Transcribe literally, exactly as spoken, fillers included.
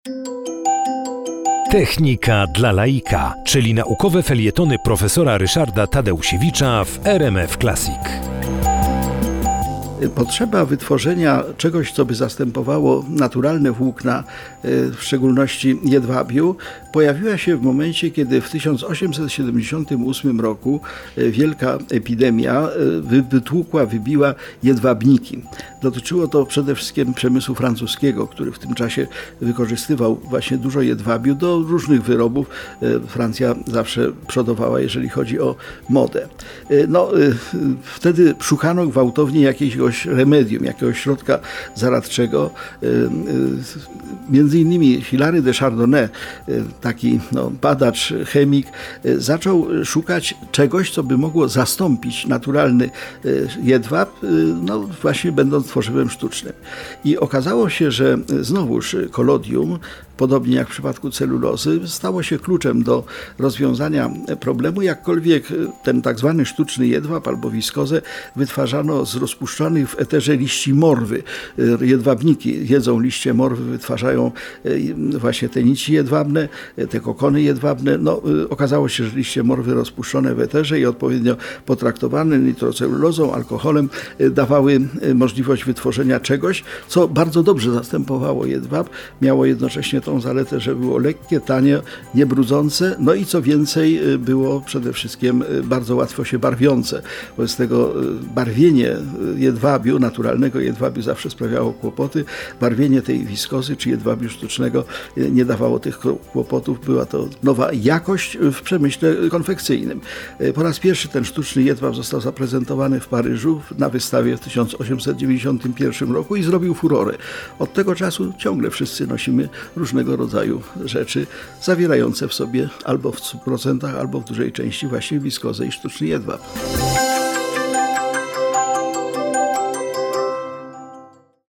Technika dla laika, czyli naukowe felietony profesora Ryszarda Tadeusiewicza w R M F Classic. Potrzeba wytworzenia czegoś, co by zastępowało naturalne włókna, w szczególności jedwabiu, pojawiła się w momencie, kiedy w tysiąc osiemset siedemdziesiątym ósmym roku wielka epidemia wytłukła, wybiła jedwabniki. Dotyczyło to przede wszystkim przemysłu francuskiego, który w tym czasie wykorzystywał właśnie dużo jedwabiu do różnych wyrobów. Francja zawsze przodowała, jeżeli chodzi o modę. No, wtedy szukano gwałtownie jakiegoś remedium, jakiegoś środka zaradczego. Między innymi Hilary de Chardonnay, taki no, badacz, chemik, zaczął szukać czegoś, co by mogło zastąpić naturalny jedwab, no właśnie będąc tworzywem sztucznym. I okazało się, że znowuż kolodium, podobnie jak w przypadku celulozy, stało się kluczem do rozwiązania problemu, jakkolwiek ten tak zwany sztuczny jedwab albo wiskozę wytwarzano z rozpuszczanych w eterze liści morwy. Jedwabniki jedzą liście morwy, wytwarzają właśnie te nici jedwabne, te kokony jedwabne. No, okazało się, że liście morwy rozpuszczone w eterze i odpowiednio potraktowane nitrocelulozą, alkoholem dawały możliwość wytworzenia czegoś, co bardzo dobrze zastępowało jedwab. Miało jednocześnie tą zaletę, że było lekkie, tanie, niebrudzące, no i co więcej, było przede wszystkim bardzo łatwo się barwiące. Wobec tego barwienie jedwabiu, naturalnego jedwabiu zawsze sprawiało kłopoty. Barwienie tej wiskozy czy jedwabiu sztucznego nie dawało tych kłopotów. Była to nowa jakość w przemyśle konfekcyjnym. Po raz pierwszy ten sztuczny jedwab został zaprezentowany w Paryżu na wystawie w tysiąc osiemset dziewięćdziesiątym pierwszym roku i zrobił furorę. Od tego czasu ciągle wszyscy nosimy różnego rodzaju rzeczy zawierające w sobie albo w stu procentach, albo w dużej części właśnie wiskozę i sztuczny jedwab.